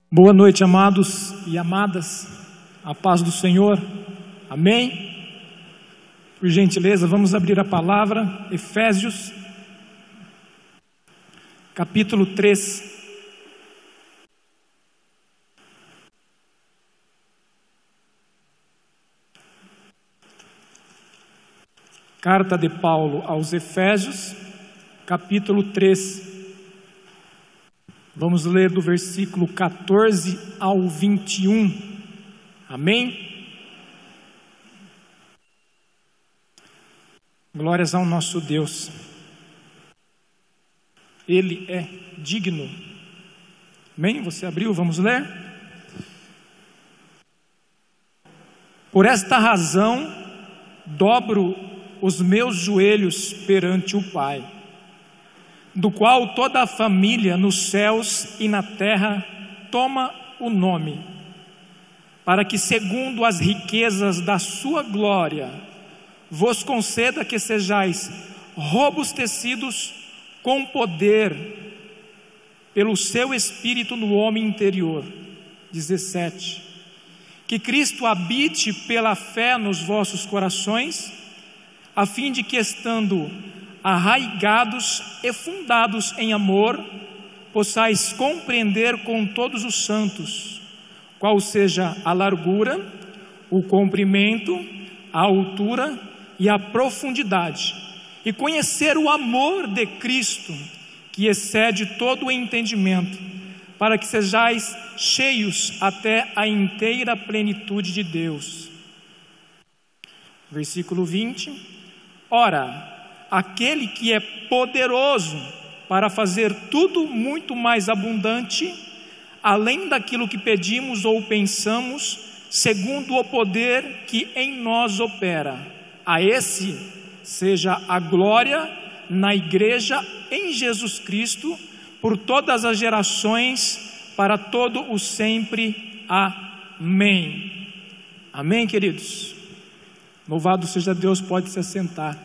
Boa noite, amados e amadas, a paz do Senhor, amém? Por gentileza, vamos abrir a palavra, Efésios, capítulo 3. Carta de Paulo aos Efésios, capítulo 3. Vamos ler do versículo 14 ao 21, amém? Glórias ao nosso Deus, Ele é digno, amém? Você abriu, vamos ler? Por esta razão, dobro os meus joelhos perante o Pai, do qual toda a família nos céus e na terra toma o nome, para que segundo as riquezas da sua glória, vos conceda que sejais robustecidos com poder, pelo seu Espírito no homem interior. 17. Que Cristo habite pela fé nos vossos corações, a fim de que estando arraigados e fundados em amor, possais compreender com todos os santos, qual seja a largura, o comprimento, a altura e a profundidade, e conhecer o amor de Cristo, que excede todo o entendimento, para que sejais cheios até a inteira plenitude de Deus. Versículo 20. Ora, aquele que é poderoso para fazer tudo muito mais abundante, além daquilo que pedimos ou pensamos, segundo o poder que em nós opera. A esse seja a glória na igreja em Jesus Cristo, por todas as gerações, para todo o sempre. Amém. Amém, queridos? Louvado seja Deus, pode se assentar.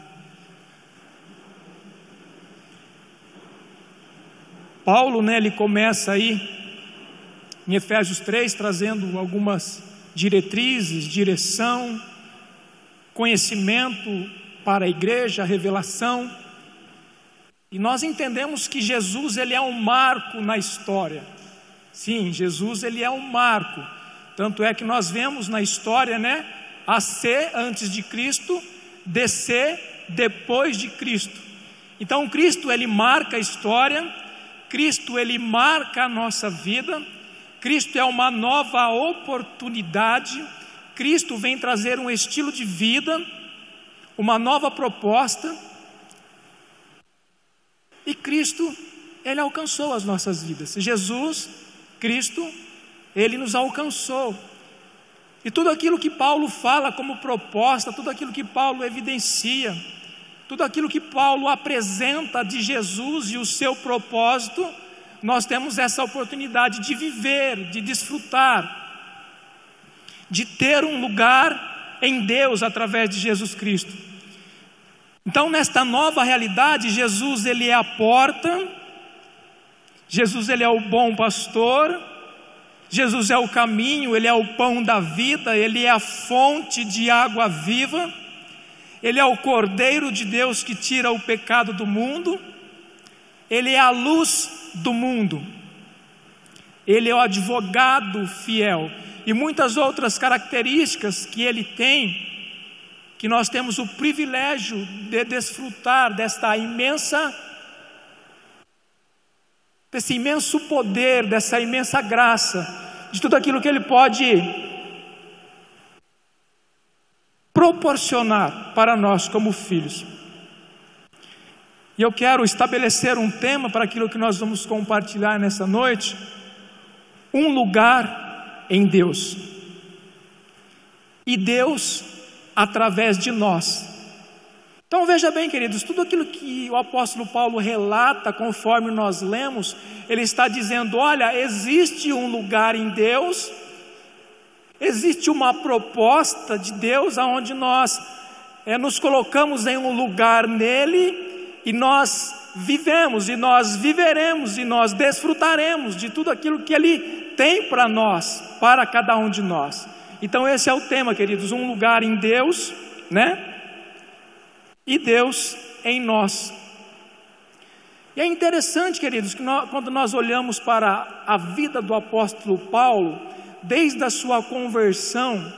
Paulo, ele começa aí em Efésios 3, trazendo algumas diretrizes, direção, conhecimento para a igreja, revelação. E nós entendemos que Jesus, ele é um marco na história. Sim, Jesus, ele é um marco. Tanto é que nós vemos na história, a C antes de Cristo, DC depois de Cristo. Então Cristo, ele marca a história. Cristo, ele marca a nossa vida. Cristo é uma nova oportunidade. Cristo vem trazer um estilo de vida, uma nova proposta. E Cristo, ele alcançou as nossas vidas. Jesus, Cristo, ele nos alcançou. E tudo aquilo que Paulo fala como proposta, tudo aquilo que Paulo evidencia, tudo aquilo que Paulo apresenta de Jesus e o seu propósito, nós temos essa oportunidade de viver, de desfrutar, de ter um lugar em Deus através de Jesus Cristo. Então, nesta nova realidade, Jesus, ele é a porta, Jesus, ele é o bom pastor, Jesus é o caminho, ele é o pão da vida, ele é a fonte de água viva. Ele é o Cordeiro de Deus que tira o pecado do mundo. Ele é a luz do mundo. Ele é o advogado fiel. E muitas outras características que ele tem, que nós temos o privilégio de desfrutar desse imenso poder, dessa imensa graça, de tudo aquilo que ele pode proporcionar para nós como filhos. E eu quero estabelecer um tema para aquilo que nós vamos compartilhar nessa noite: um lugar em Deus, e Deus através de nós. Então veja bem, queridos, tudo aquilo que o apóstolo Paulo relata, conforme nós lemos, ele está dizendo: olha, existe um lugar em Deus, existe uma proposta de Deus, onde nós nos colocamos em um lugar nele, e nós vivemos, e nós viveremos, e nós desfrutaremos de tudo aquilo que ele tem para nós, para cada um de nós. Então esse é o tema, queridos, um lugar em Deus, né? E Deus em nós. E é interessante, queridos, que quando nós olhamos para a vida do apóstolo Paulo, desde a sua conversão,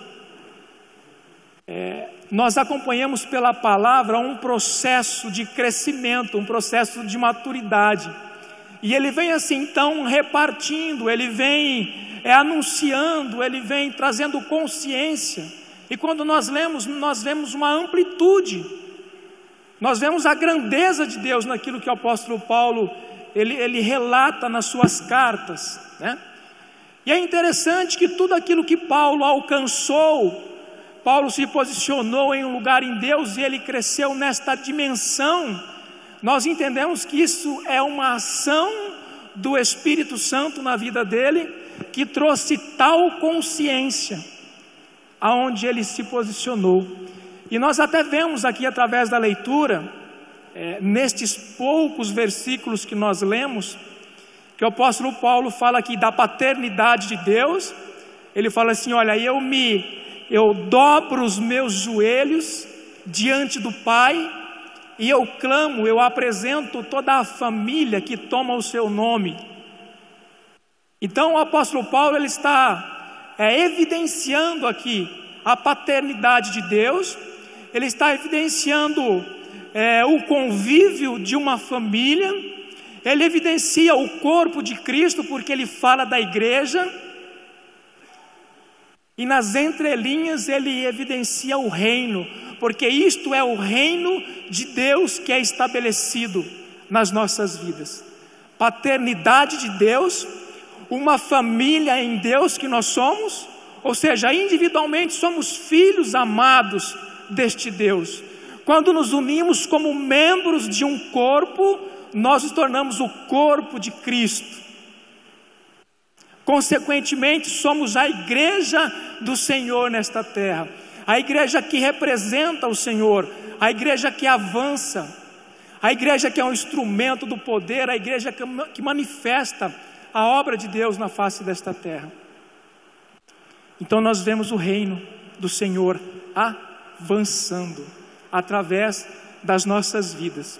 nós acompanhamos pela palavra um processo de crescimento, um processo de maturidade. E ele vem assim então repartindo, ele vem anunciando, ele vem trazendo consciência. E quando nós lemos, nós vemos uma amplitude, nós vemos a grandeza de Deus naquilo que o apóstolo Paulo ele relata nas suas cartas, né? E é interessante que tudo aquilo que Paulo alcançou, Paulo se posicionou em um lugar em Deus e ele cresceu nesta dimensão. Nós entendemos que isso é uma ação do Espírito Santo na vida dele, que trouxe tal consciência aonde ele se posicionou. E nós até vemos aqui através da leitura, nestes poucos versículos que nós lemos, que o apóstolo Paulo fala aqui da paternidade de Deus. Ele fala assim: olha, eu dobro os meus joelhos diante do Pai, e eu clamo, eu apresento toda a família que toma o seu nome. Então o apóstolo Paulo ele está evidenciando aqui a paternidade de Deus, ele está evidenciando o convívio de uma família, ele evidencia o corpo de Cristo, porque ele fala da igreja, e nas entrelinhas ele evidencia o reino, porque isto é o reino de Deus que é estabelecido nas nossas vidas. Paternidade de Deus, uma família em Deus que nós somos, ou seja, individualmente somos filhos amados deste Deus. Quando nos unimos como membros de um corpo, nós nos tornamos o corpo de Cristo. Consequentemente, somos a igreja do Senhor nesta terra, a igreja que representa o Senhor, a igreja que avança, a igreja que é um instrumento do poder, a igreja que manifesta a obra de Deus na face desta terra. Então nós vemos o reino do Senhor avançando através das nossas vidas.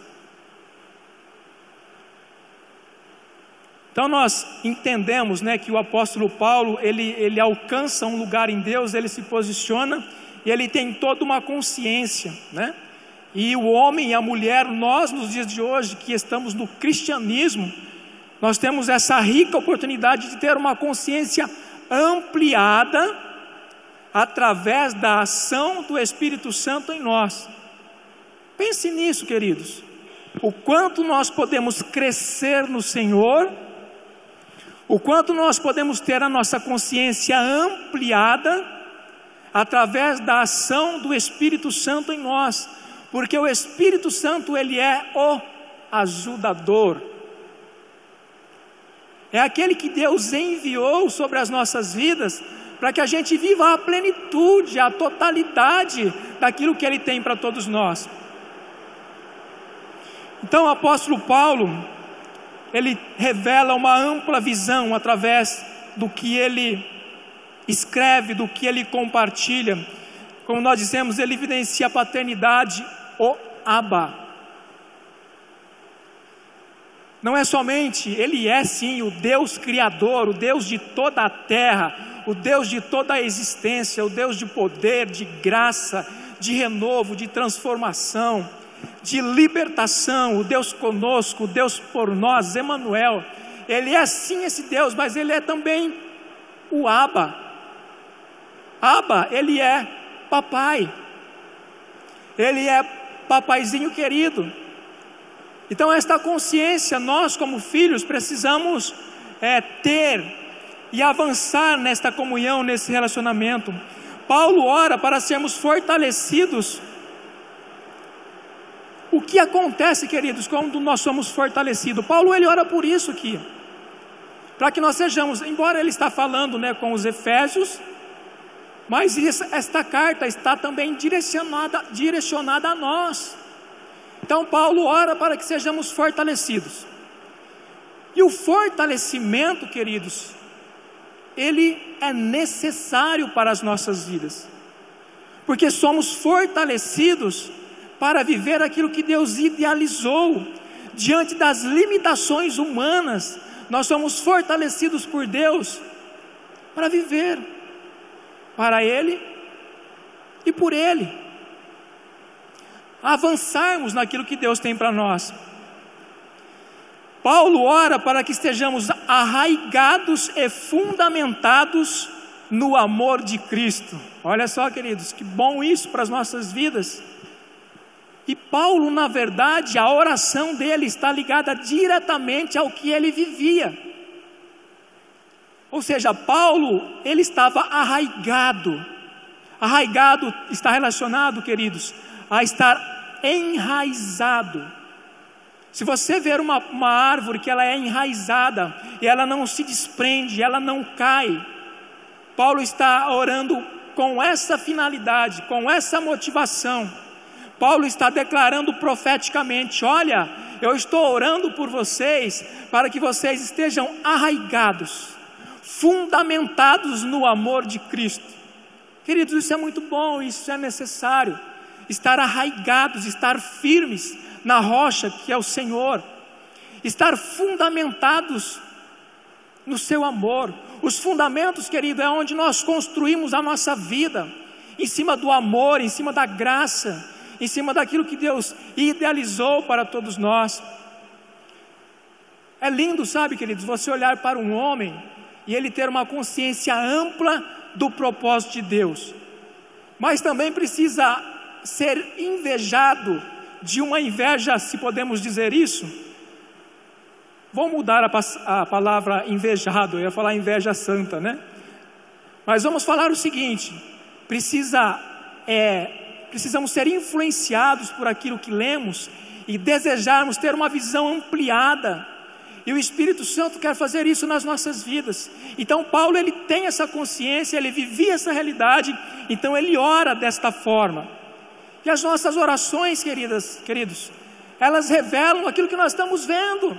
Então nós entendemos, né, que o apóstolo Paulo ele alcança um lugar em Deus, ele se posiciona e ele tem toda uma consciência, né? E o homem e a mulher, nós nos dias de hoje que estamos no cristianismo, nós temos essa rica oportunidade de ter uma consciência ampliada através da ação do Espírito Santo em nós. Pense nisso, queridos, o quanto nós podemos crescer no Senhor, o quanto nós podemos ter a nossa consciência ampliada através da ação do Espírito Santo em nós, porque o Espírito Santo ele é o ajudador, é aquele que Deus enviou sobre as nossas vidas para que a gente viva a plenitude, a totalidade daquilo que ele tem para todos nós. Então o apóstolo Paulo ele revela uma ampla visão através do que ele escreve, do que ele compartilha. Como nós dizemos, ele evidencia a paternidade, o Abba. Não é somente, ele é sim o Deus Criador, o Deus de toda a terra, o Deus de toda a existência, o Deus de poder, de graça, de renovo, de transformação, de libertação, o Deus conosco, o Deus por nós, Emanuel. Ele é sim esse Deus, mas ele é também o Abba. Abba, ele é papai, ele é papaizinho querido. Então esta consciência, nós como filhos precisamos ter e avançar nesta comunhão, nesse relacionamento. Paulo ora para sermos fortalecidos. O que acontece, queridos, quando nós somos fortalecidos? Paulo ele ora por isso aqui, para que nós sejamos, embora ele está falando, né, com os Efésios, mas esta carta está também direcionada a nós. Então Paulo ora para que sejamos fortalecidos. E o fortalecimento, queridos, ele é necessário para as nossas vidas, porque somos fortalecidos para viver aquilo que Deus idealizou. Diante das limitações humanas, nós somos fortalecidos por Deus para viver para Ele e por Ele, avançarmos naquilo que Deus tem para nós. Paulo ora para que estejamos arraigados e fundamentados no amor de Cristo. Olha só, queridos, que bom isso para as nossas vidas. E Paulo, na verdade, a oração dele está ligada diretamente ao que ele vivia. Ou seja, Paulo, ele estava arraigado. Arraigado está relacionado, queridos, a estar enraizado. Se você ver uma árvore que ela é enraizada, e ela não se desprende, ela não cai, Paulo está orando com essa finalidade, com essa motivação. Paulo está declarando profeticamente: olha, eu estou orando por vocês, para que vocês estejam arraigados, fundamentados no amor de Cristo. Queridos, isso é muito bom, isso é necessário, estar arraigados, estar firmes na rocha que é o Senhor, estar fundamentados no seu amor. Os fundamentos, querido, é onde nós construímos a nossa vida, em cima do amor, em cima da graça, em cima daquilo que Deus idealizou para todos nós. É lindo, sabe, queridos, você olhar para um homem e ele ter uma consciência ampla do propósito de Deus, mas também precisa ser invejado de uma inveja, se podemos dizer isso. Vou mudar a palavra invejado, eu ia falar inveja santa, né? Mas vamos falar o seguinte: precisamos ser influenciados por aquilo que lemos e desejarmos ter uma visão ampliada, e o Espírito Santo quer fazer isso nas nossas vidas. Então Paulo, ele tem essa consciência, ele vivia essa realidade, então ele ora desta forma. E as nossas orações, queridos, elas revelam aquilo que nós estamos vendo.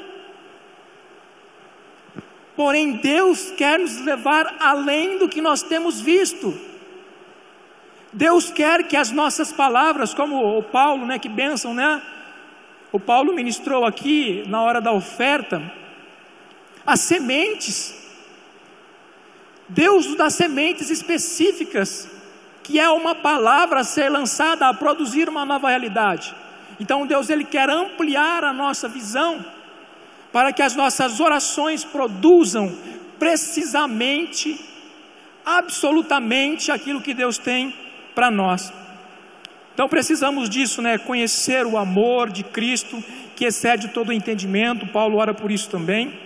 Porém, Deus quer nos levar além do que nós temos visto. Deus quer que as nossas palavras, como o Paulo, que bênção, O Paulo ministrou aqui na hora da oferta, as sementes. Deus nos dá sementes específicas, que é uma palavra a ser lançada a produzir uma nova realidade. Então Deus, ele quer ampliar a nossa visão, para que as nossas orações produzam precisamente, absolutamente aquilo que Deus tem para nós. Então precisamos disso, conhecer o amor de Cristo, que excede todo o entendimento. Paulo ora por isso também.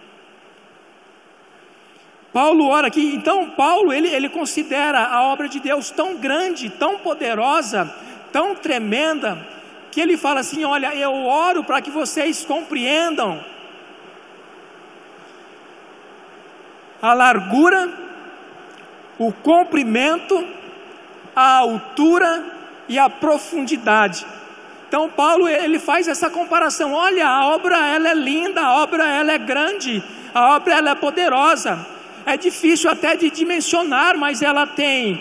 Paulo ora aqui, então Paulo, ele considera a obra de Deus tão grande, tão poderosa, tão tremenda, que ele fala assim: olha, eu oro para que vocês compreendam a largura, o comprimento, a altura e a profundidade. Então Paulo, ele faz essa comparação: olha, a obra ela é linda, a obra ela é grande, a obra ela é poderosa, é difícil até de dimensionar, mas ela tem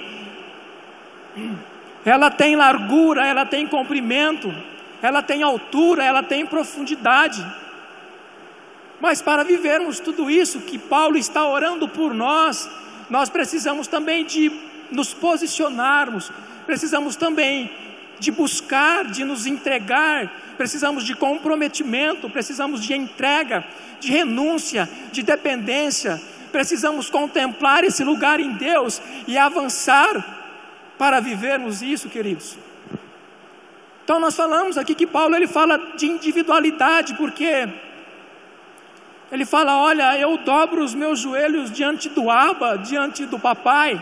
largura, ela tem comprimento, ela tem altura, ela tem profundidade. Mas para vivermos tudo isso que Paulo está orando por nós, nós precisamos também de nos posicionarmos, precisamos também de buscar, de nos entregar, precisamos de comprometimento, precisamos de entrega, de renúncia, de dependência, precisamos contemplar esse lugar em Deus e avançar para vivermos isso, queridos. Então nós falamos aqui que Paulo, ele fala de individualidade, porque ele fala: olha, eu dobro os meus joelhos diante do Abba, diante do Papai.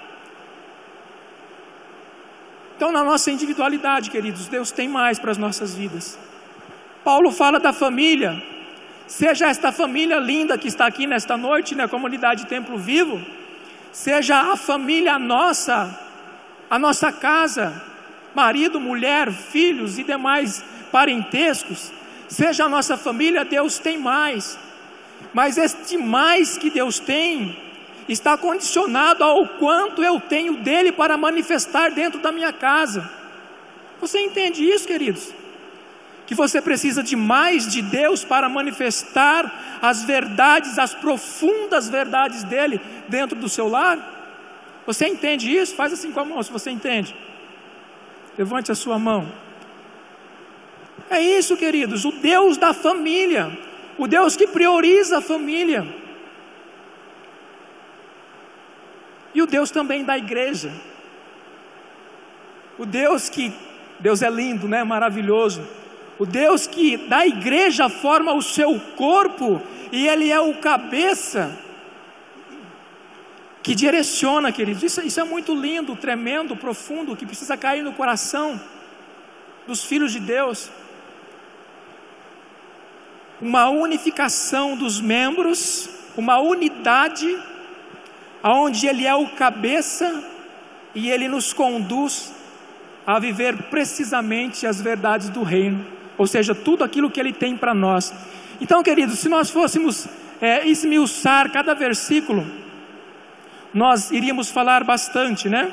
Então na nossa individualidade, queridos, Deus tem mais para as nossas vidas. Paulo fala da família, seja esta família linda que está aqui nesta noite, na comunidade Templo Vivo, seja a família nossa, a nossa casa, marido, mulher, filhos e demais parentescos, seja a nossa família, Deus tem mais. Mas este mais que Deus tem está condicionado ao quanto eu tenho dele para manifestar dentro da minha casa. Você entende isso, queridos? Que você precisa de mais de Deus para manifestar as verdades, as profundas verdades dele dentro do seu lar? Você entende isso? Faz assim com a mão, se você entende. Levante a sua mão. É isso, queridos, o Deus da família, o Deus que prioriza a família, e o Deus também da igreja, o Deus é lindo, né? Maravilhoso, o Deus que da igreja forma o seu corpo, e Ele é o cabeça, que direciona, queridos. Isso é muito lindo, tremendo, profundo, que precisa cair no coração dos filhos de Deus. Uma unificação dos membros, uma unidade, onde Ele é o cabeça e Ele nos conduz a viver precisamente as verdades do reino, ou seja, tudo aquilo que Ele tem para nós. Então, queridos, se nós fôssemos esmiuçar cada versículo, nós iríamos falar bastante, né?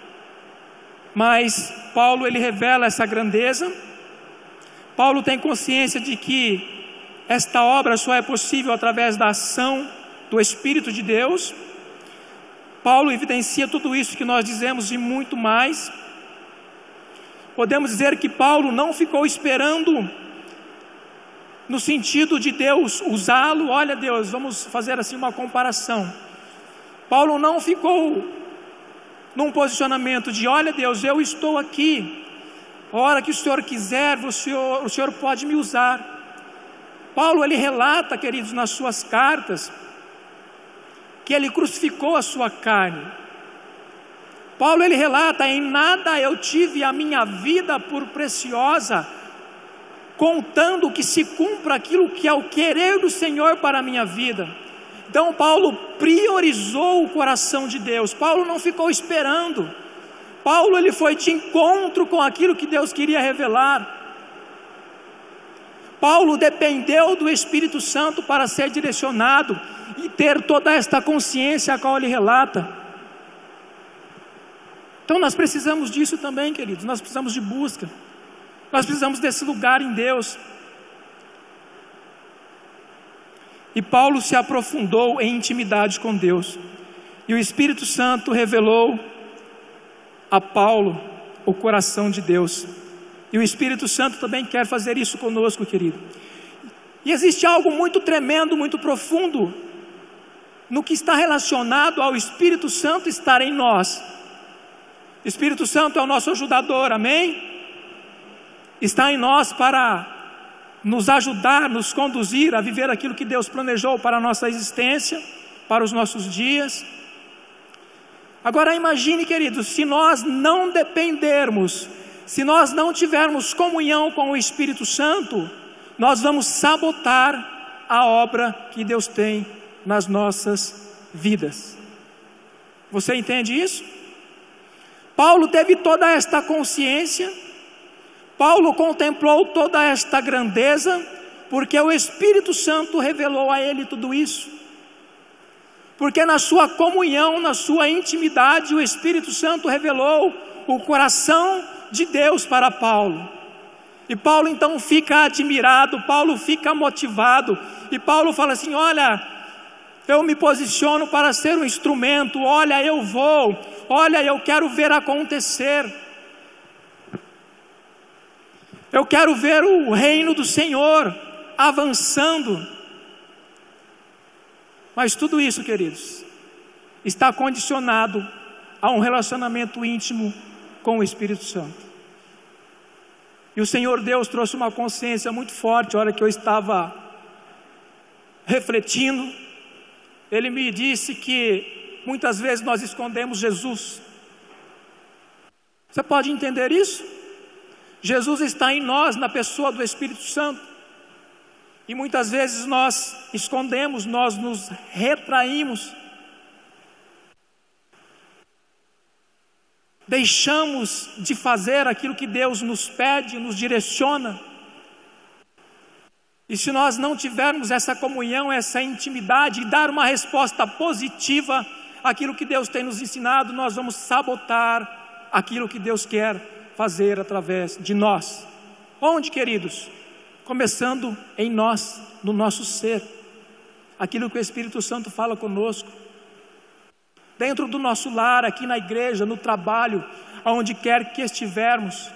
Mas Paulo, ele revela essa grandeza. Paulo tem consciência de que esta obra só é possível através da ação do Espírito de Deus. Paulo evidencia tudo isso que nós dizemos e muito mais. Podemos dizer que Paulo não ficou esperando no sentido de Deus usá-lo. Olha, Deus, vamos fazer assim uma comparação. Paulo não ficou num posicionamento de: olha, Deus, eu estou aqui, a hora que o Senhor quiser, o Senhor pode me usar. Paulo, ele relata, queridos, nas suas cartas, que ele crucificou a sua carne. Paulo, ele relata: em nada eu tive a minha vida por preciosa, contando que se cumpra aquilo que é o querer do Senhor para a minha vida. Então Paulo priorizou o coração de Deus. Paulo não ficou esperando. Paulo, ele foi de encontro com aquilo que Deus queria revelar. Paulo dependeu do Espírito Santo para ser direcionado e ter toda esta consciência a qual ele relata. Então nós precisamos disso também, queridos. Nós precisamos de busca. Nós precisamos desse lugar em Deus. E Paulo se aprofundou em intimidade com Deus. E o Espírito Santo revelou a Paulo o coração de Deus. E o Espírito Santo também quer fazer isso conosco, querido. E existe algo muito tremendo, muito profundo, no que está relacionado ao Espírito Santo estar em nós. O Espírito Santo é o nosso ajudador, amém? Está em nós para nos ajudar, nos conduzir a viver aquilo que Deus planejou para a nossa existência, para os nossos dias. Agora imagine, queridos, se nós não dependermos, se nós não tivermos comunhão com o Espírito Santo, nós vamos sabotar a obra que Deus tem nas nossas vidas. Você entende isso? Paulo teve toda esta consciência, Paulo contemplou toda esta grandeza, porque o Espírito Santo revelou a ele tudo isso. Porque na sua comunhão, na sua intimidade, o Espírito Santo revelou o coração de Deus para Paulo. E Paulo então fica admirado, Paulo fica motivado, e Paulo fala assim: olha, eu me posiciono para ser um instrumento, olha, eu vou, olha, eu quero ver acontecer, eu quero ver o reino do Senhor avançando. Mas tudo isso, queridos, está condicionado a um relacionamento íntimo com o Espírito Santo. E o Senhor Deus trouxe uma consciência muito forte, a hora que eu estava refletindo. Ele me disse que muitas vezes nós escondemos Jesus. Você pode entender isso? Jesus está em nós, na pessoa do Espírito Santo. E muitas vezes nós escondemos, nós nos retraímos. Deixamos de fazer aquilo que Deus nos pede, nos direciona. E se nós não tivermos essa comunhão, essa intimidade, e dar uma resposta positiva aquilo que Deus tem nos ensinado, nós vamos sabotar aquilo que Deus quer fazer através de nós. Onde, queridos? Começando em nós, no nosso ser, aquilo que o Espírito Santo fala conosco, dentro do nosso lar, aqui na igreja, no trabalho, aonde quer que estivermos.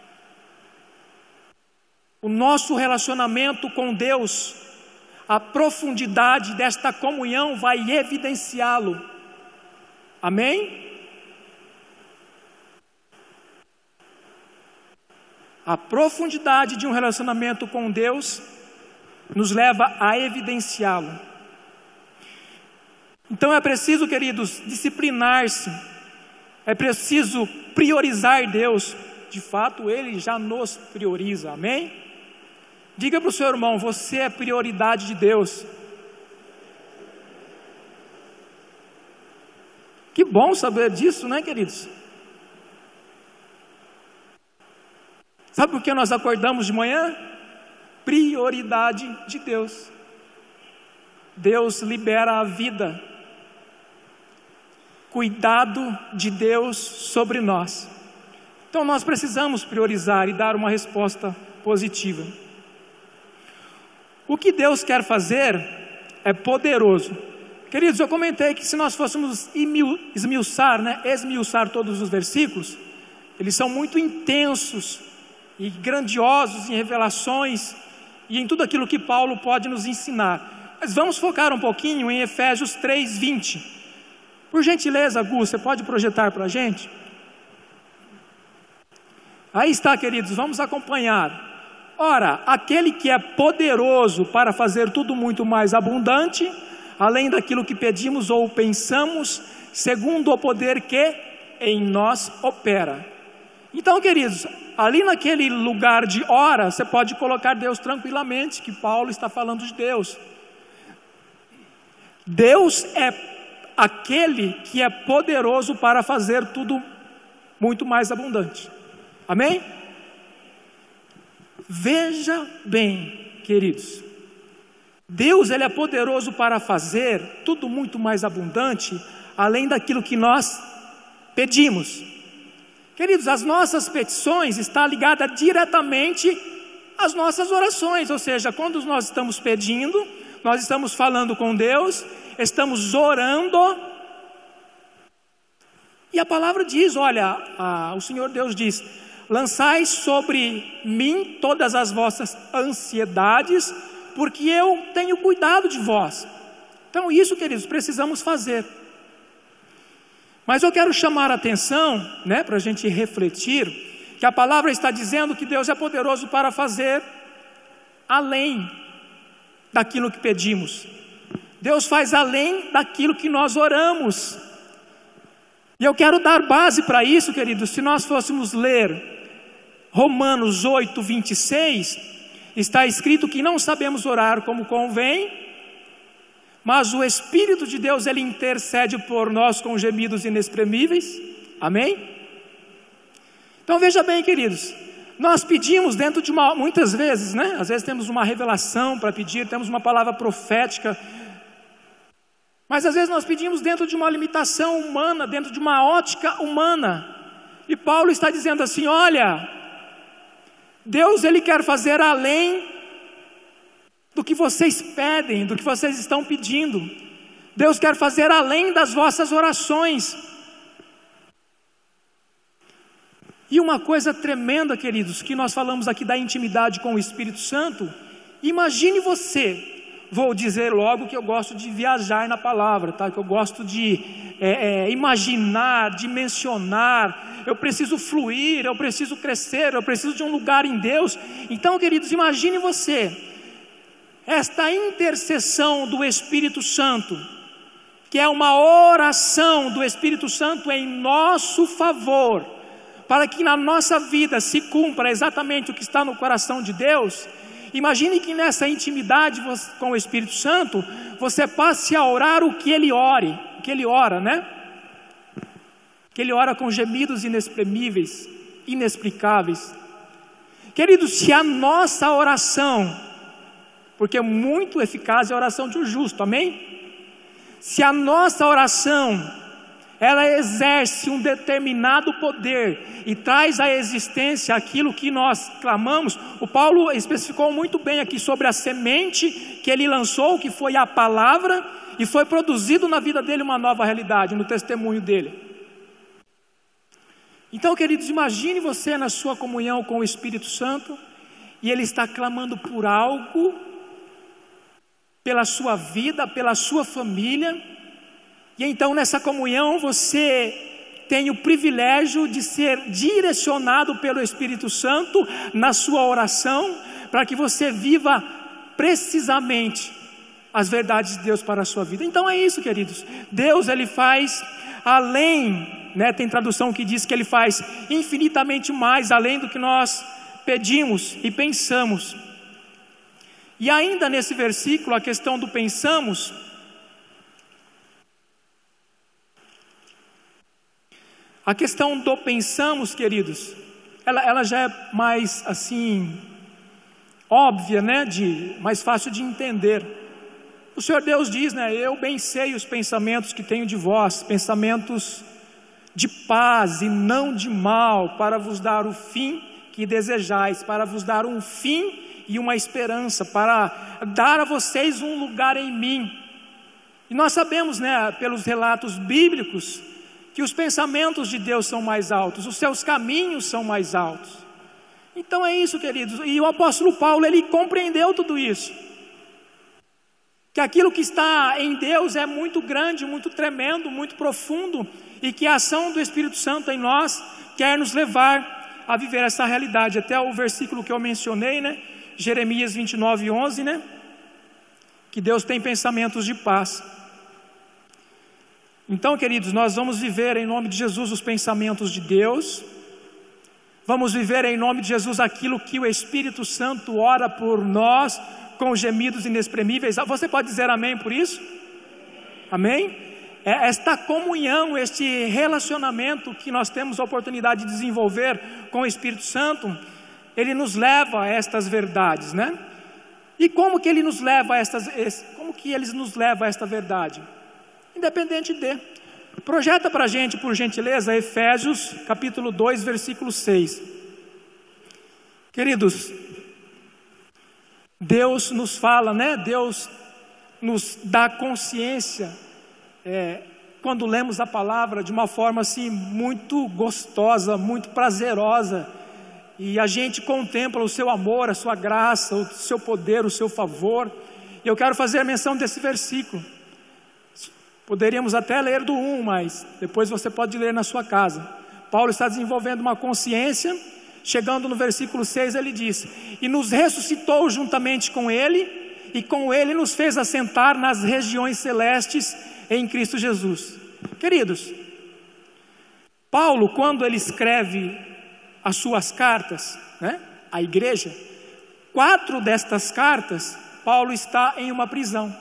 O nosso relacionamento com Deus, a profundidade desta comunhão vai evidenciá-lo. Amém? A profundidade de um relacionamento com Deus nos leva a evidenciá-lo. Então é preciso, queridos, disciplinar-se, é preciso priorizar Deus. De fato, Ele já nos prioriza, amém? Diga para o seu irmão: você é prioridade de Deus. Que bom saber disso, né, queridos? Sabe por que nós acordamos de manhã? Prioridade de Deus. Deus libera a vida. Cuidado de Deus sobre nós. Então nós precisamos priorizar e dar uma resposta positiva. O que Deus quer fazer é poderoso. Queridos, eu comentei que se nós fôssemos esmiuçar todos os versículos, eles são muito intensos e grandiosos em revelações e em tudo aquilo que Paulo pode nos ensinar. Mas vamos focar um pouquinho em Efésios 3:20. Por gentileza, Gu, você pode projetar para a gente? Aí está, queridos, vamos acompanhar. Ora, aquele que é poderoso para fazer tudo muito mais abundante, além daquilo que pedimos ou pensamos, segundo o poder que em nós opera. Então, queridos, ali naquele lugar de ora, você pode colocar Deus tranquilamente, que Paulo está falando de Deus. Deus é aquele que é poderoso para fazer tudo muito mais abundante. Amém? Veja bem, queridos, Deus ele é poderoso para fazer tudo muito mais abundante, além daquilo que nós pedimos. Queridos, as nossas petições estão ligadas diretamente às nossas orações, ou seja, quando nós estamos pedindo, nós estamos falando com Deus, estamos orando, e a palavra diz, olha, o Senhor Deus diz: lançai sobre mim todas as vossas ansiedades, porque eu tenho cuidado de vós. Então isso, queridos, precisamos fazer. Mas eu quero chamar a atenção, para a gente refletir, que a palavra está dizendo que Deus é poderoso para fazer além daquilo que pedimos. Deus faz além daquilo que nós oramos. E eu quero dar base para isso, queridos. Se nós fôssemos ler Romanos 8:26, está escrito que não sabemos orar como convém, mas o Espírito de Deus, ele intercede por nós com gemidos inexprimíveis. Amém? Então veja bem, queridos, nós pedimos dentro de muitas vezes, às vezes temos uma revelação para pedir, temos uma palavra profética, mas às vezes nós pedimos dentro de uma limitação humana, dentro de uma ótica humana, e Paulo está dizendo assim: olha, Deus ele quer fazer além do que vocês pedem, do que vocês estão pedindo. Deus quer fazer além das vossas orações. E uma coisa tremenda, queridos, que nós falamos aqui da intimidade com o Espírito Santo. Imagine você, vou dizer logo que eu gosto de viajar na palavra, tá? Que eu gosto de imaginar, de mencionar, eu preciso fluir, eu preciso crescer, eu preciso de um lugar em Deus. Então, queridos, imagine você, esta intercessão do Espírito Santo, que é uma oração do Espírito Santo em nosso favor, para que na nossa vida se cumpra exatamente o que está no coração de Deus. Imagine que nessa intimidade com o Espírito Santo, você passe a orar o que Ele ora, que Ele ora com gemidos inexprimíveis, inexplicáveis. Queridos, se a nossa oração, porque muito eficaz é a oração de um justo, amém? se a nossa oração ela exerce um determinado poder e traz à existência aquilo que nós clamamos, o Paulo especificou muito bem aqui sobre a semente que ele lançou, que foi a palavra, e foi produzido na vida dele uma nova realidade, no testemunho dele. Então, queridos, imagine você na sua comunhão com o Espírito Santo, e ele está clamando por algo, pela sua vida, pela sua família, e então nessa comunhão você tem o privilégio de ser direcionado pelo Espírito Santo na sua oração, para que você viva precisamente as verdades de Deus para a sua vida. Então é isso, queridos, Deus ele faz além, tem tradução que diz que ele faz infinitamente mais, além do que nós pedimos e pensamos. E ainda nesse versículo, a questão do pensamos, a questão do pensamos, queridos, ela já é mais assim, óbvia, mais fácil de entender. O Senhor Deus diz, eu bem sei os pensamentos que tenho de vós, pensamentos de paz e não de mal, para vos dar o fim que desejais, para vos dar um fim e uma esperança, para dar a vocês um lugar em mim. E nós sabemos, pelos relatos bíblicos, que os pensamentos de Deus são mais altos, os seus caminhos são mais altos. Então é isso, queridos, e o apóstolo Paulo, ele compreendeu tudo isso, que aquilo que está em Deus é muito grande, muito tremendo, muito profundo, e que a ação do Espírito Santo em nós quer nos levar a viver essa realidade. Até o versículo que eu mencionei, Jeremias 29:11, que Deus tem pensamentos de paz. Então, queridos, nós vamos viver em nome de Jesus os pensamentos de Deus, vamos viver em nome de Jesus aquilo que o Espírito Santo ora por nós, com gemidos inexprimíveis. Você pode dizer amém por isso? Amém? Esta comunhão, este relacionamento que nós temos a oportunidade de desenvolver com o Espírito Santo, ele nos leva a estas verdades, E como que ele nos leva a esta verdade? Independente de. Projeta para a gente, por gentileza, Efésios capítulo 2, versículo 6. Queridos, Deus nos fala, Deus nos dá consciência, quando lemos a palavra de uma forma assim muito gostosa, muito prazerosa, e a gente contempla o seu amor, a sua graça, o seu poder, o seu favor. E eu quero fazer menção desse versículo. Poderíamos até ler do 1, mas depois você pode ler na sua casa. Paulo está desenvolvendo uma consciência. Chegando no versículo 6, ele diz: e nos ressuscitou juntamente com ele, e com ele nos fez assentar nas regiões celestes em Cristo Jesus. Queridos, Paulo, quando ele escreve as suas cartas, à igreja, 4 destas cartas, Paulo está em uma prisão.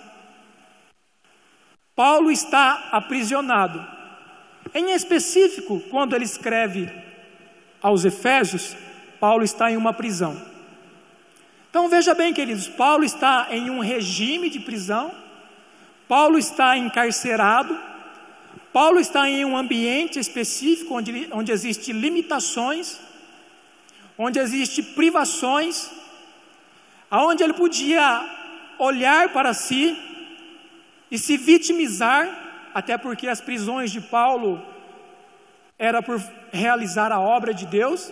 Paulo está aprisionado. Em específico, quando ele escreve aos Efésios, Paulo está em uma prisão. Então veja bem, queridos, Paulo está em um regime de prisão, Paulo está encarcerado, Paulo está em um ambiente específico onde existem limitações, onde existem privações, aonde ele podia olhar para si e se vitimizar, até porque as prisões de Paulo era por realizar a obra de Deus.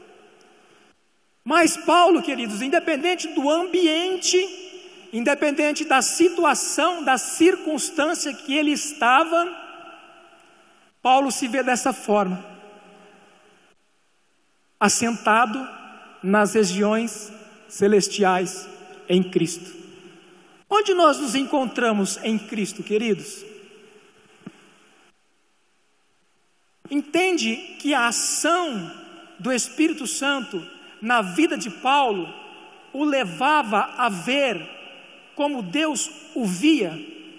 Mas Paulo, queridos, independente do ambiente, independente da situação, da circunstância que ele estava, Paulo se vê dessa forma, assentado nas regiões celestiais em Cristo. Onde nós nos encontramos em Cristo, queridos? Entende que a ação do Espírito Santo na vida de Paulo o levava a ver como Deus o via?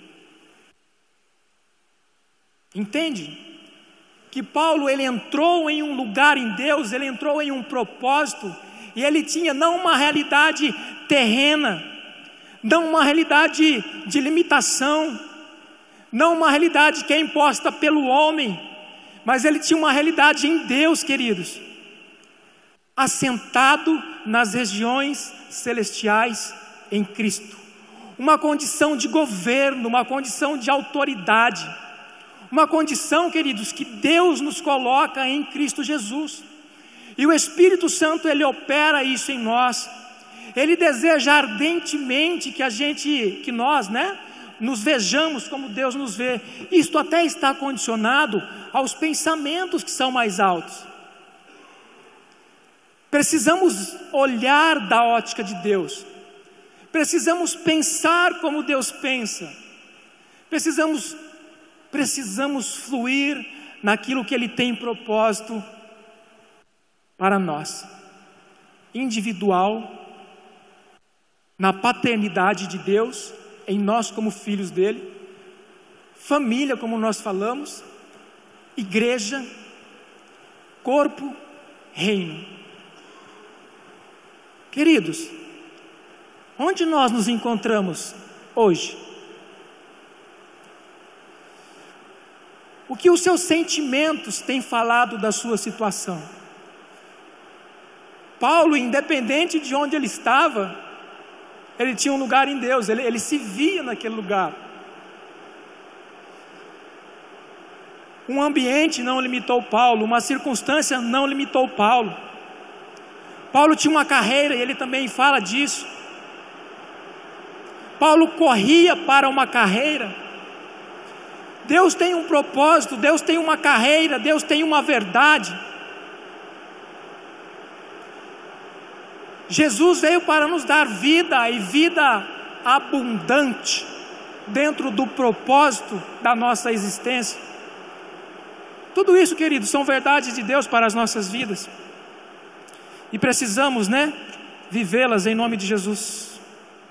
Entende? Que Paulo, ele entrou em um lugar em Deus, ele entrou em um propósito, e ele tinha não uma realidade terrena, não uma realidade de limitação, não uma realidade que é imposta pelo homem, mas ele tinha uma realidade em Deus, queridos, assentado nas regiões celestiais em Cristo, uma condição de governo, uma condição de autoridade, uma condição, queridos, que Deus nos coloca em Cristo Jesus, e o Espírito Santo, ele opera isso em nós. Ele deseja ardentemente que nós, nos vejamos como Deus nos vê. Isto até está condicionado aos pensamentos que são mais altos. Precisamos olhar da ótica de Deus. Precisamos pensar como Deus pensa. Precisamos fluir naquilo que Ele tem propósito para nós. Individual, na paternidade de Deus, em nós como filhos dele, família, como nós falamos, igreja, corpo, reino. Queridos, onde nós nos encontramos hoje? O que os seus sentimentos têm falado da sua situação? Paulo, independente de onde ele estava, ele tinha um lugar em Deus, ele se via naquele lugar. Um ambiente não limitou Paulo, uma circunstância não limitou Paulo. Paulo tinha uma carreira e ele também fala disso. Paulo corria para uma carreira. Deus tem um propósito, Deus tem uma carreira, Deus tem uma verdade. Jesus veio para nos dar vida, e vida abundante, dentro do propósito da nossa existência. Tudo isso, queridos, são verdades de Deus para as nossas vidas, e precisamos, vivê-las em nome de Jesus.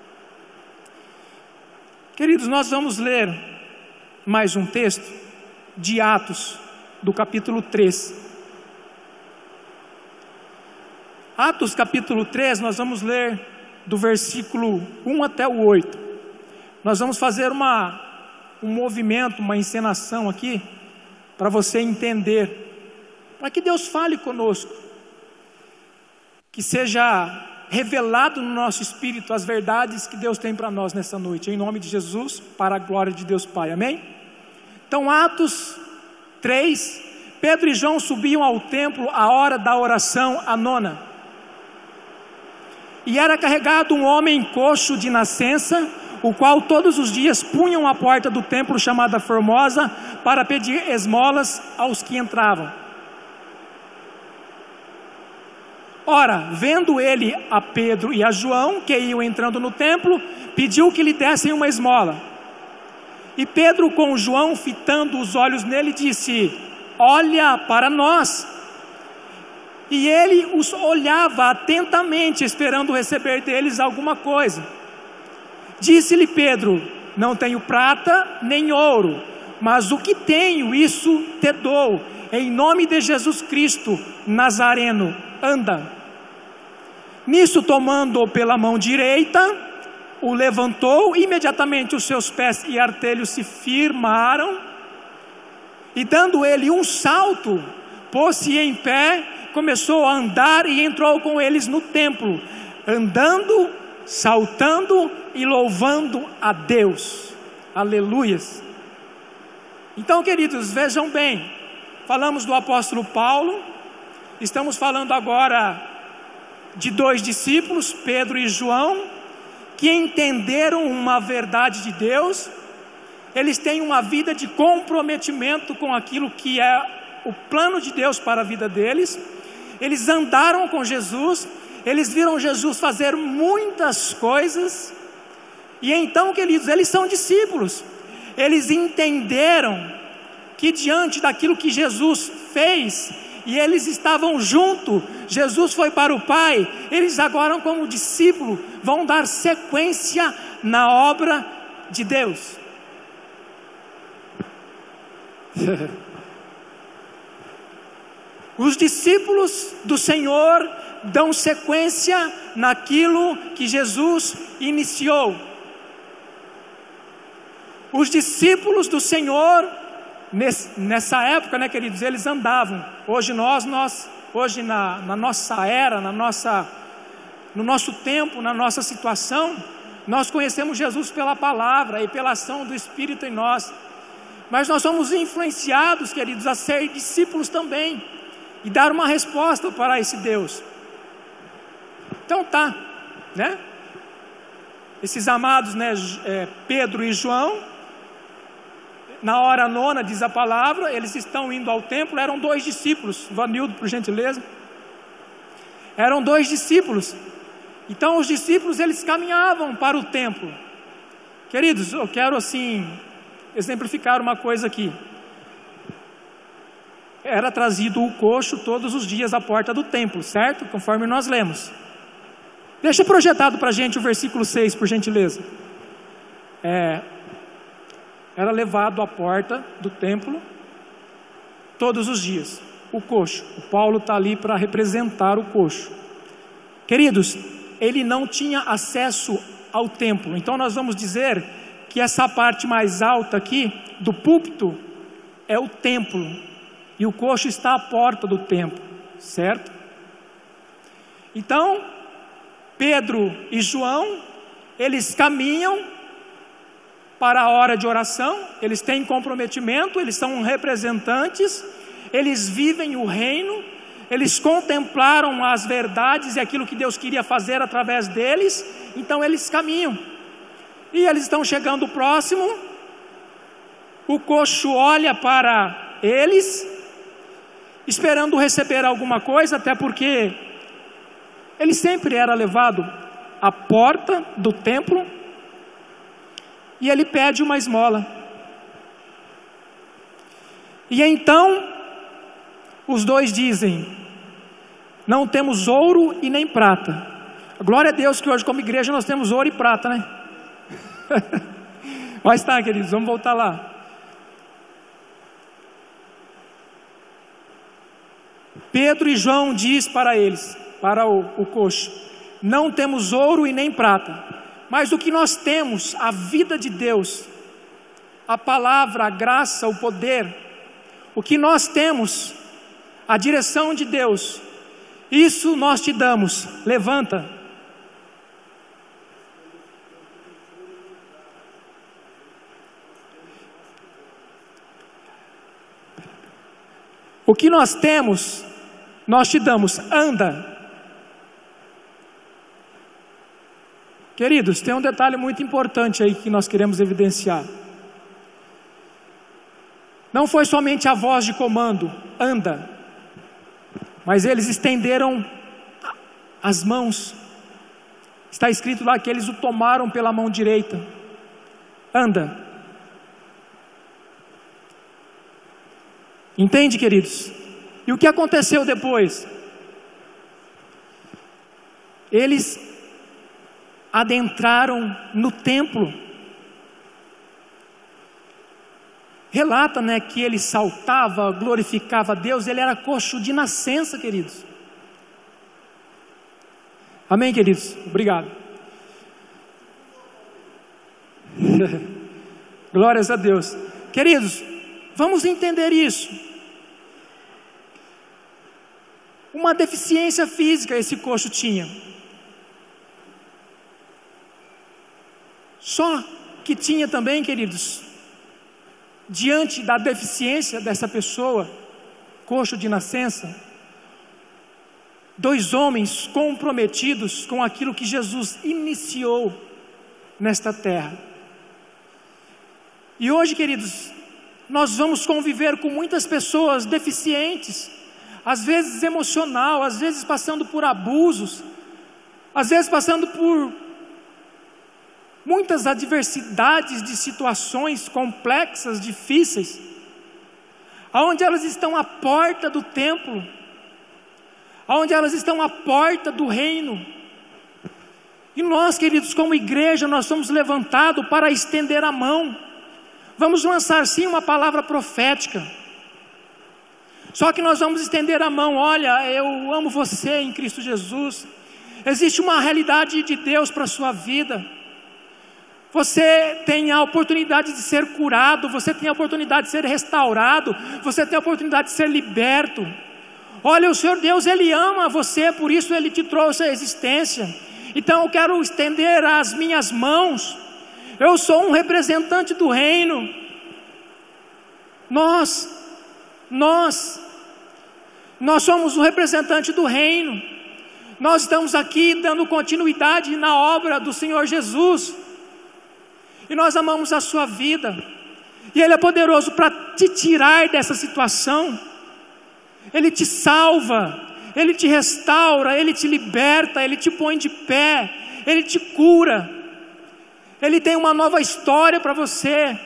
Queridos, nós vamos ler mais um texto de Atos, do capítulo 3. Atos capítulo 3, nós vamos ler do versículo 1 até o 8. Nós vamos fazer um movimento, uma encenação aqui, para você entender, para que Deus fale conosco, que seja revelado no nosso espírito as verdades que Deus tem para nós nessa noite, em nome de Jesus, para a glória de Deus Pai, amém? Então, Atos 3, Pedro e João subiam ao templo à hora da oração, a nona. E era carregado um homem coxo de nascença, o qual todos os dias punham à porta do templo chamada Formosa, para pedir esmolas aos que entravam. Ora, vendo ele a Pedro e a João, que iam entrando no templo, pediu que lhe dessem uma esmola. E Pedro, com João fitando os olhos nele, disse: olha para nós. E ele os olhava atentamente, esperando receber deles alguma coisa. Disse-lhe Pedro: não tenho prata nem ouro, mas o que tenho, isso te dou. Em nome de Jesus Cristo Nazareno, anda. Nisso, tomando-o pela mão direita, o levantou. Imediatamente os seus pés e artelhos se firmaram, e dando ele um salto, pôs-se em pé, começou a andar e entrou com eles no templo, andando, saltando e louvando a Deus. Aleluias. Então, queridos, vejam bem, falamos do apóstolo Paulo, estamos falando agora de dois discípulos, Pedro e João, que entenderam uma verdade de Deus. Eles têm uma vida de comprometimento com aquilo que é o plano de Deus para a vida deles. Eles andaram com Jesus, eles viram Jesus fazer muitas coisas, e então, queridos, eles são discípulos. Eles entenderam que diante daquilo que Jesus fez, e eles estavam junto, Jesus foi para o Pai, eles agora, como discípulo, vão dar sequência na obra de Deus. Os discípulos do Senhor dão sequência naquilo que Jesus iniciou. Os discípulos do Senhor, nessa época, né, queridos, eles andavam. Hoje hoje na nossa era, no nosso tempo, na nossa situação, nós conhecemos Jesus pela palavra e pela ação do Espírito em nós. Mas nós somos influenciados, queridos, a ser discípulos também e dar uma resposta para esse Deus. Então tá, né? Esses amados, né, Pedro e João, na hora nona, diz a palavra, eles estão indo ao templo. Eram 2 discípulos. Vanildo, por gentileza. Eram 2 discípulos. Então os discípulos, eles caminhavam para o templo. Queridos, eu quero assim exemplificar uma coisa aqui. Era trazido o coxo todos os dias à porta do templo, certo? Conforme nós lemos. Deixa projetado para a gente o versículo 6, por gentileza. Era levado à porta do templo todos os dias, o coxo. O Paulo está ali para representar o coxo. Queridos, ele não tinha acesso ao templo. Então nós vamos dizer que essa parte mais alta aqui do púlpito é o templo, e o coxo está à porta do templo, certo? Então Pedro e João, eles caminham para a hora de oração. Eles têm comprometimento, eles são representantes, eles vivem o reino, eles contemplaram as verdades e aquilo que Deus queria fazer através deles. Então eles caminham, e eles estão chegando próximo. O coxo olha para eles, esperando receber alguma coisa, até porque ele sempre era levado à porta do templo, e ele pede uma esmola. E então os 2 dizem: não temos ouro e nem prata. Glória a Deus que hoje, como igreja, nós temos ouro e prata, né? Mas tá, queridos, vamos voltar lá. Pedro e João diz para eles, para o coxo: não temos ouro e nem prata, mas o que nós temos, a vida de Deus, a palavra, a graça, o poder, o que nós temos, a direção de Deus, isso nós te damos. Levanta. O que nós temos, nós te damos. Anda. Queridos, tem um detalhe muito importante aí que nós queremos evidenciar. Não foi somente a voz de comando, anda, mas eles estenderam as mãos. Está escrito lá que eles o tomaram pela mão direita. Anda. Entende, queridos? E o que aconteceu depois? Eles adentraram no templo. Relata, né, que ele saltava, glorificava a Deus. Ele era coxo de nascença, queridos. Amém, queridos? Obrigado. Glórias a Deus. Queridos, vamos entender isso. Uma deficiência física esse coxo tinha. Só que tinha também, queridos, diante da deficiência dessa pessoa, coxo de nascença, 2 homens comprometidos com aquilo que Jesus iniciou nesta terra. E hoje, queridos, nós vamos conviver com muitas pessoas deficientes, às vezes emocional, às vezes passando por abusos, às vezes passando por muitas adversidades de situações complexas, difíceis, aonde elas estão à porta do templo, aonde elas estão à porta do reino. E nós, queridos, como igreja, nós somos levantados para estender a mão. Vamos lançar sim uma palavra profética, só que nós vamos estender a mão. Olha, eu amo você em Cristo Jesus. Existe uma realidade de Deus para a sua vida. Você tem a oportunidade de ser curado, você tem a oportunidade de ser restaurado, você tem a oportunidade de ser liberto. Olha, o Senhor Deus, Ele ama você, por isso Ele te trouxe à existência. Então eu quero estender as minhas mãos. Eu sou um representante do reino. Nós somos um representante do reino. Nós estamos aqui dando continuidade na obra do Senhor Jesus. E nós amamos a sua vida. E Ele é poderoso para te tirar dessa situação. Ele te salva, Ele te restaura, Ele te liberta, Ele te põe de pé, Ele te cura. Ele tem uma nova história para você.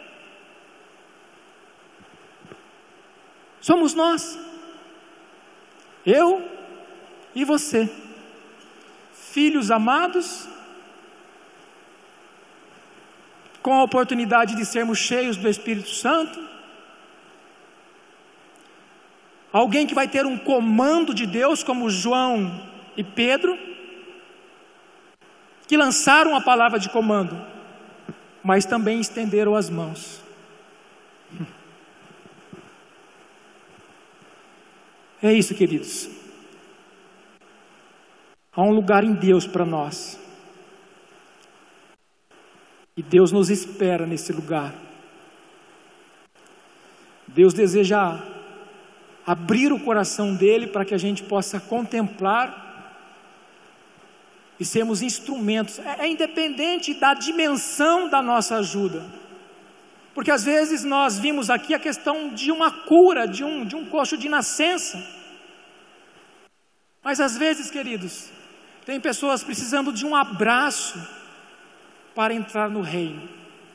Somos nós, eu e você, filhos amados, com a oportunidade de sermos cheios do Espírito Santo. Alguém que vai ter um comando de Deus, como João e Pedro, que lançaram a palavra de comando, mas também estenderam as mãos. É isso, queridos. Há um lugar em Deus para nós. E Deus nos espera nesse lugar. Deus deseja abrir o coração dele para que a gente possa contemplar e sermos instrumentos. É independente da dimensão da nossa ajuda. Porque às vezes nós vimos aqui a questão de uma cura, de um coxo de nascença. Mas às vezes, queridos, tem pessoas precisando de um abraço para entrar no reino.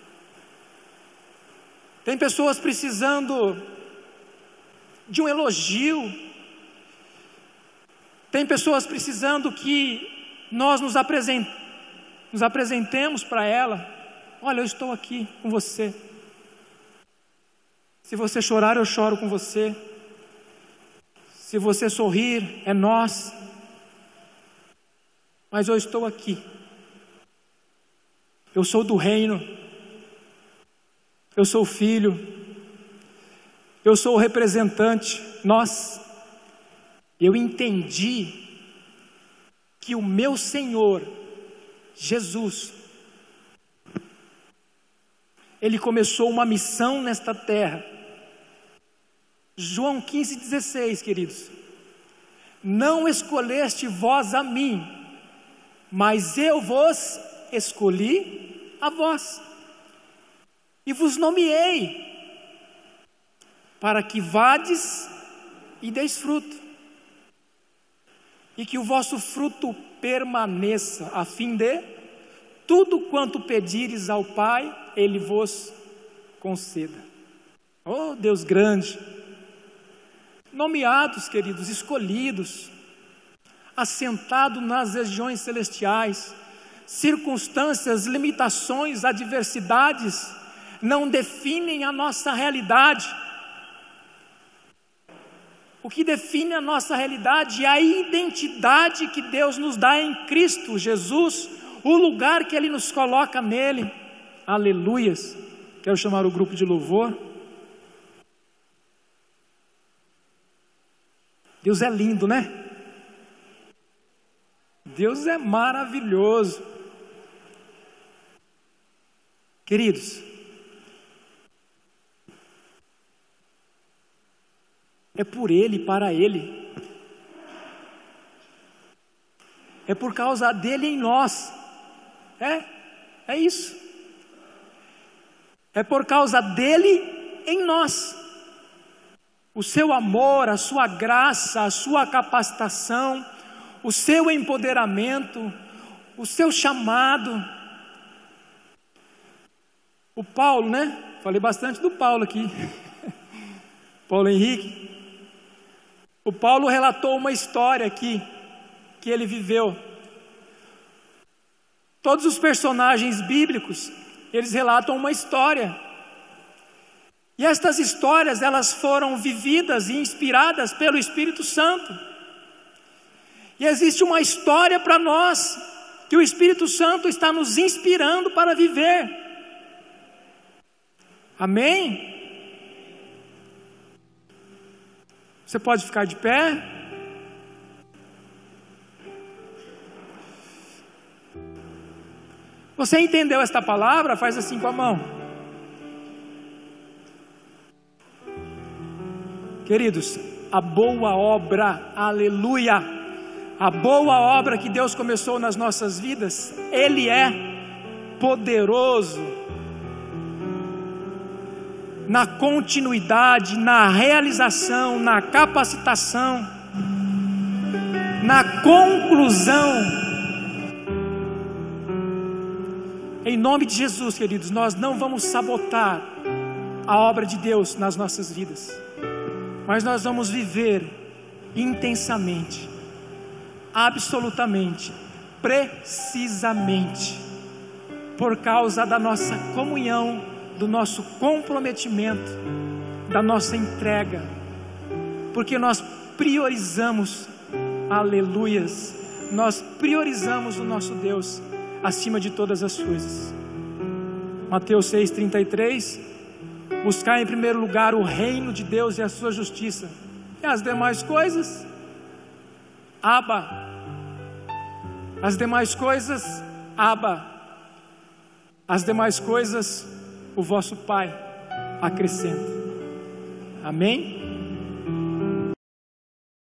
Tem pessoas precisando de um elogio. Tem pessoas precisando que nós nos apresentemos para ela. Olha, eu estou aqui com você. Se você chorar, eu choro com você. Se você sorrir, é nós. Mas eu estou aqui. Eu sou do reino. Eu sou filho. Eu sou o representante. Eu entendi que o meu Senhor, Jesus, Ele começou uma missão nesta terra. João 15,16, queridos. Não escolheste vós a mim, mas eu vos escolhi a vós. E vos nomeei, para que vades e deis fruto. E que o vosso fruto permaneça, a fim de tudo quanto pedires ao Pai, Ele vos conceda. Oh, Deus grande! Nomeados, queridos, escolhidos, assentados nas regiões celestiais. Circunstâncias, limitações, adversidades não definem a nossa realidade. O que define a nossa realidade é a identidade que Deus nos dá em Cristo Jesus, o lugar que Ele nos coloca nele. Aleluias! Quero chamar o grupo de louvor. Deus é lindo, né? Deus é maravilhoso. Queridos, é por Ele, para Ele. É por causa dEle em nós. É isso. É por causa dEle em nós. O seu amor, a sua graça, a sua capacitação, o seu empoderamento, o seu chamado. O Paulo, né? Falei bastante do Paulo aqui. Paulo Henrique. O Paulo relatou uma história aqui, que ele viveu. Todos os personagens bíblicos, eles relatam uma história. E estas histórias, elas foram vividas e inspiradas pelo Espírito Santo. E existe uma história para nós, que o Espírito Santo está nos inspirando para viver. Amém? Você pode ficar de pé? Você entendeu esta palavra? Faz assim com a mão. Queridos, a boa obra, aleluia, a boa obra que Deus começou nas nossas vidas, Ele é poderoso na continuidade, na realização, na capacitação, na conclusão. Em nome de Jesus, queridos, nós não vamos sabotar a obra de Deus nas nossas vidas, mas nós vamos viver intensamente, absolutamente, precisamente, por causa da nossa comunhão, do nosso comprometimento, da nossa entrega, porque nós priorizamos, aleluias, nós priorizamos o nosso Deus acima de todas as coisas. Mateus 6,33: buscar em primeiro lugar o reino de Deus e a sua justiça, e as demais coisas, as demais coisas, as demais coisas, o vosso Pai acrescenta. Amém?